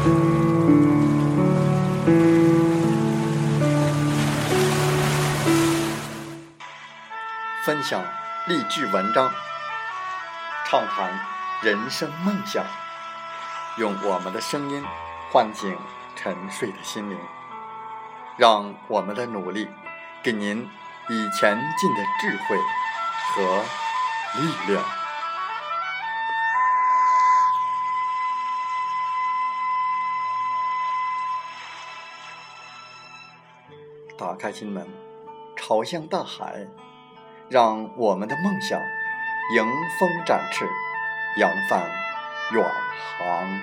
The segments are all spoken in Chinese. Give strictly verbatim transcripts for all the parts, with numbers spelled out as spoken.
分享励志文章，畅谈人生梦想，用我们的声音唤醒沉睡的心灵，让我们的努力给您以前进的智慧和力量。打开心门，朝向大海，让我们的梦想迎风展翅，扬帆远航。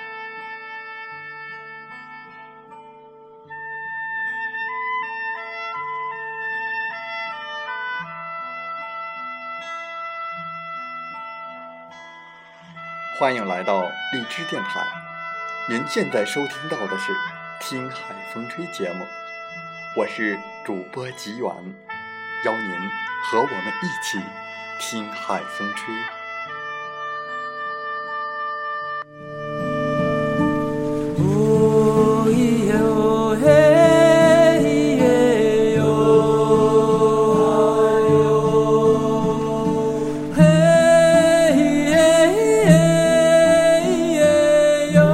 欢迎来到荔枝电台，您现在收听到的是听海风吹节目，我是主播吉远，邀您和我们一起听海风吹。 哦咿哟嘿耶哟，嘿耶耶哟。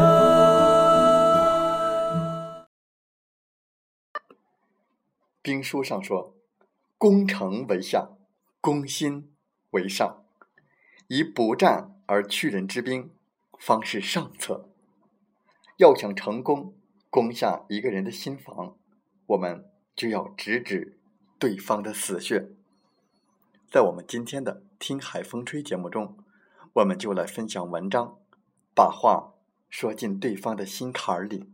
兵书上说，攻城为下，攻心为上，以不战而屈人之兵，方是上策。要想成功攻下一个人的心房，我们就要直指对方的死穴。在我们今天的听海风吹节目中，我们就来分享文章，把话说进对方的心坎里。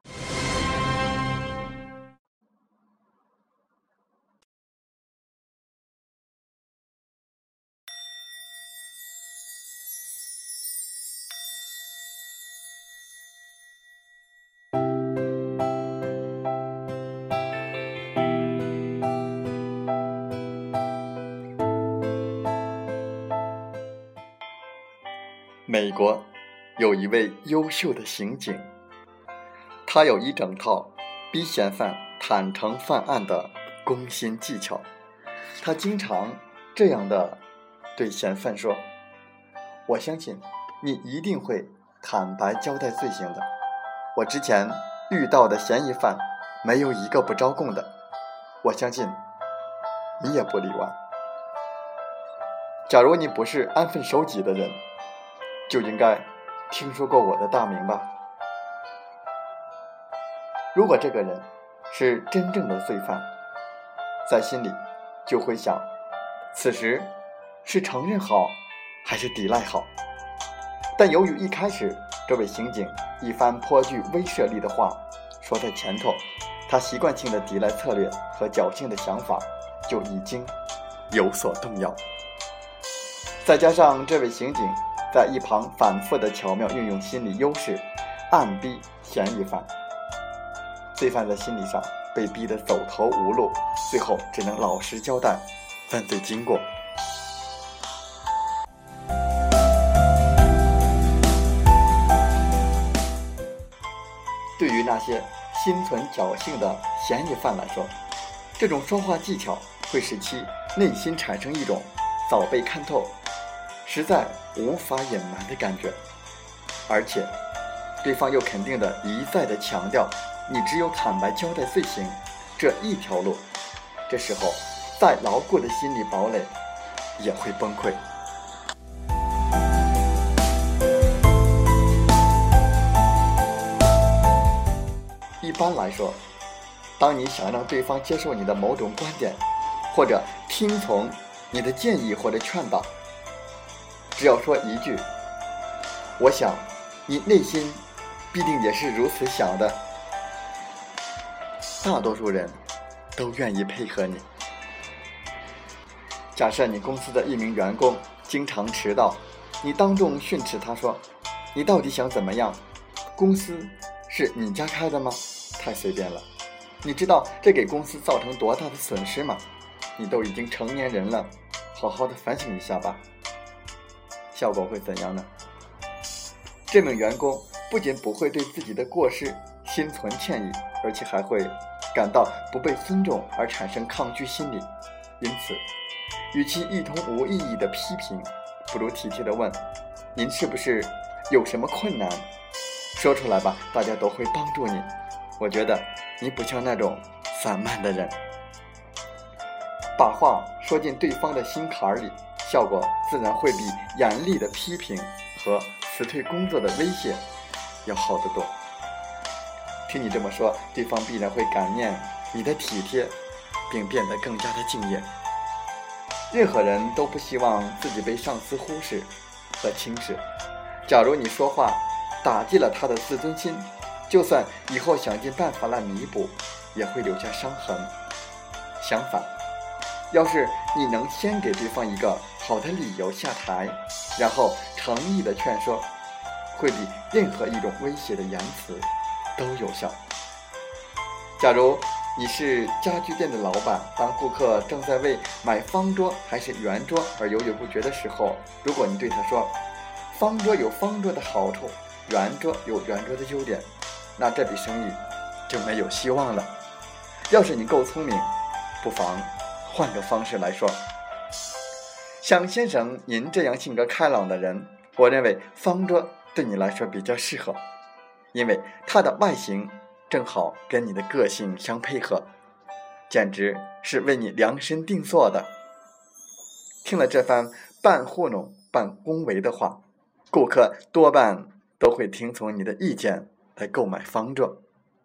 美国有一位优秀的刑警，他有一整套逼嫌犯坦诚犯案的攻心技巧。他经常这样的对嫌犯说：我相信你一定会坦白交代罪行的，我之前遇到的嫌疑犯没有一个不招供的，我相信你也不例外。假如你不是安分守己的人，就应该听说过我的大名吧。如果这个人是真正的罪犯，在心里就会想，此时是承认好还是抵赖好。但由于一开始这位刑警一番颇具威慑力的话说在前头，他习惯性的抵赖策略和侥幸的想法就已经有所动摇。再加上这位刑警在一旁反复的巧妙运用心理优势，暗逼嫌疑犯，罪犯在心理上被逼得走投无路，最后只能老实交代犯罪经过。对于那些心存侥幸的嫌疑犯来说，这种说话技巧会使其内心产生一种早被看透，实在无法隐瞒的感觉，而且对方又肯定的一再的强调你只有坦白交代罪行这一条路，这时候再牢固的心理堡垒也会崩溃。一般来说，当你想让对方接受你的某种观点，或者听从你的建议或者劝导，只要说一句我想你内心必定也是如此想的，大多数人都愿意配合你。假设你公司的一名员工经常迟到，你当众训斥他说，你到底想怎么样？公司是你家开的吗？太随便了，你知道这给公司造成多大的损失吗？你都已经成年人了，好好的反省一下吧。效果会怎样呢？这名员工不仅不会对自己的过失心存歉意，而且还会感到不被尊重而产生抗拒心理。因此，与其一通无意义的批评，不如体贴地问：您是不是有什么困难？说出来吧，大家都会帮助你。我觉得你不像那种散漫的人。把话说进对方的心坎里，效果自然会比严厉的批评和辞退工作的威胁要好得多。听你这么说，对方必然会感念你的体贴，并变得更加的敬业。任何人都不希望自己被上司忽视和轻视。假如你说话打击了他的自尊心，就算以后想尽办法来弥补，也会留下伤痕。相反，要是你能先给对方一个好的理由下台，然后诚意的劝说，会比任何一种威胁的言辞都有效。假如你是家具店的老板，当顾客正在为买方桌还是圆桌而犹豫不决的时候，如果你对他说，方桌有方桌的好处，圆桌有圆桌的优点，那这笔生意就没有希望了。要是你够聪明，不妨换个方式来说。像先生您这样性格开朗的人，我认为方桌对你来说比较适合，因为它的外形正好跟你的个性相配合，简直是为你量身定做的。听了这番半糊弄半恭维的话，顾客多半都会听从你的意见来购买方桌。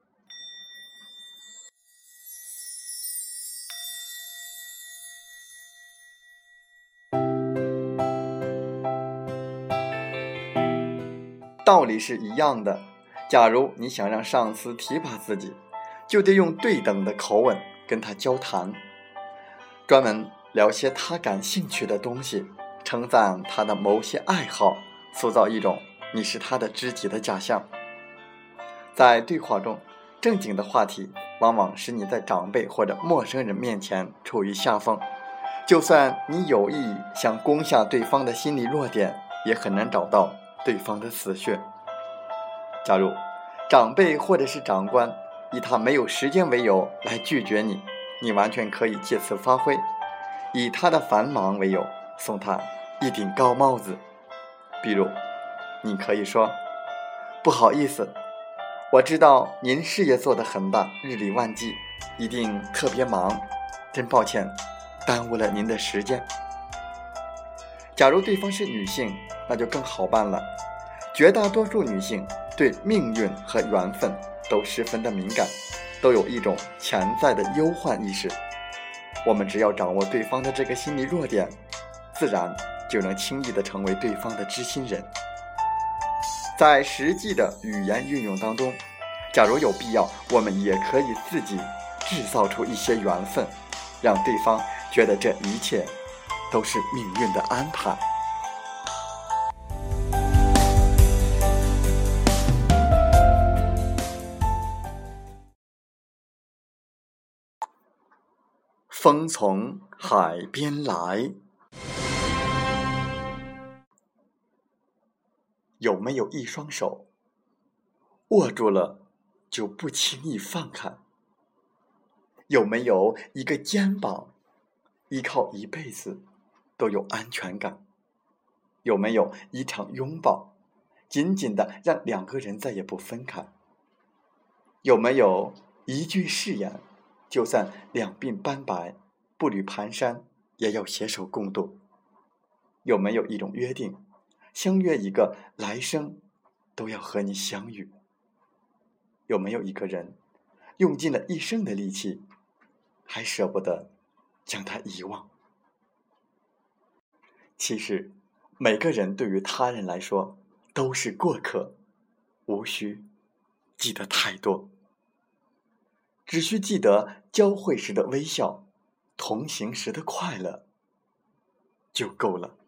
道理是一样的，假如你想让上司提拔自己，就得用对等的口吻跟他交谈，专门聊些他感兴趣的东西，称赞他的某些爱好，塑造一种你是他的知己的假象。在对话中，正经的话题往往使你在长辈或者陌生人面前处于下风，就算你有意想攻下对方的心理弱点，也很难找到对方的死穴。假如长辈或者是长官以他没有时间为由来拒绝你，你完全可以借此发挥，以他的繁忙为由送他一顶高帽子。比如你可以说，不好意思，我知道您事业做得很大，日理万机，一定特别忙，真抱歉耽误了您的时间。假如对方是女性，那就更好办了。绝大多数女性对命运和缘分都十分的敏感，都有一种潜在的忧患意识。我们只要掌握对方的这个心理弱点，自然就能轻易地成为对方的知心人。在实际的语言运用当中，假如有必要，我们也可以自己制造出一些缘分，让对方觉得这一切都是命运的安排。风从海边来，有没有一双手握住了就不轻易放开？有没有一个肩膀依靠一辈子都有安全感？有没有一场拥抱紧紧的让两个人再也不分开？有没有一句誓言，就算两鬓斑白，步履蹒跚，也要携手共度？有没有一种约定，相约一个来生都要和你相遇？有没有一个人用尽了一生的力气，还舍不得将他遗忘？其实每个人对于他人来说都是过客，无需记得太多，只需记得交汇时的微笑，同行时的快乐就够了。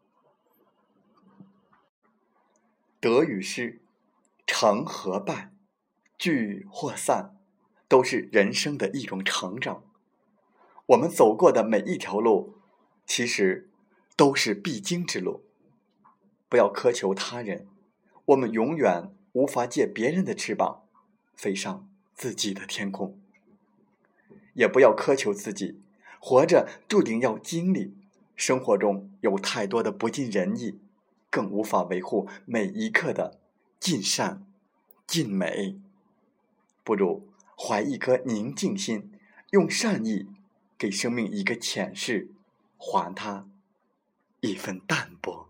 得与失，成和败，聚或散，都是人生的一种成长。我们走过的每一条路，其实都是必经之路。不要苛求他人，我们永远无法借别人的翅膀飞上自己的天空，也不要苛求自己，活着注定要经历，生活中有太多的不尽人意，更无法维护每一刻的尽善尽美。不如怀一颗宁静心，用善意给生命一个浅释，还它一份淡泊。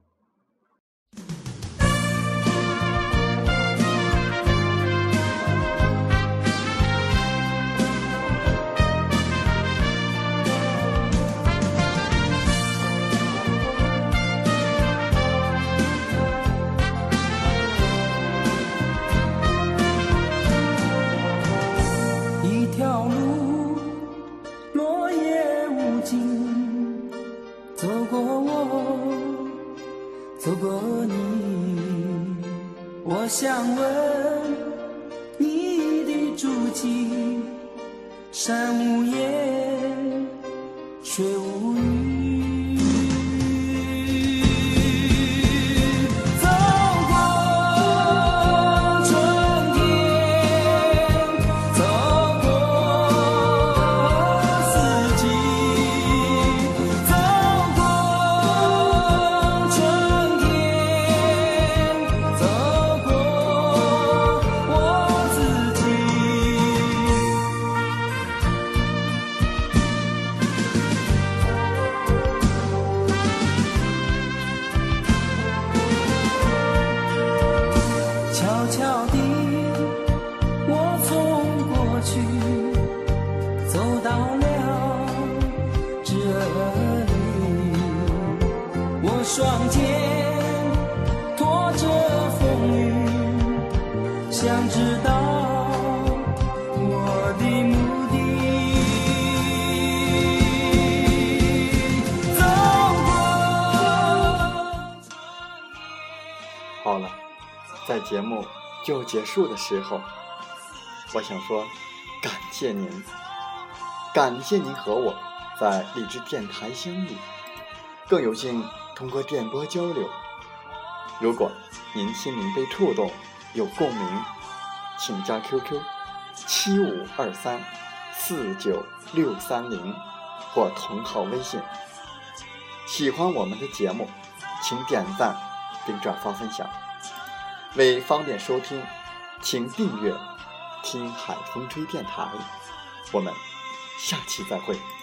一条路，落叶无尽，走过我，走过你，我想问你的足迹，山无言，水无语。双肩拖着风雨，想知道我的目的。走过。 好了，在节目就结束的时候，我想说感谢您，感谢您和我在荔枝电台相遇，更有幸通过电波交流。如果您心灵被触动，有共鸣，请加 Q Q 七五二三四九六三零或同号微信。喜欢我们的节目，请点赞并转发分享。为方便收听，请订阅听海风吹电台。我们下期再会。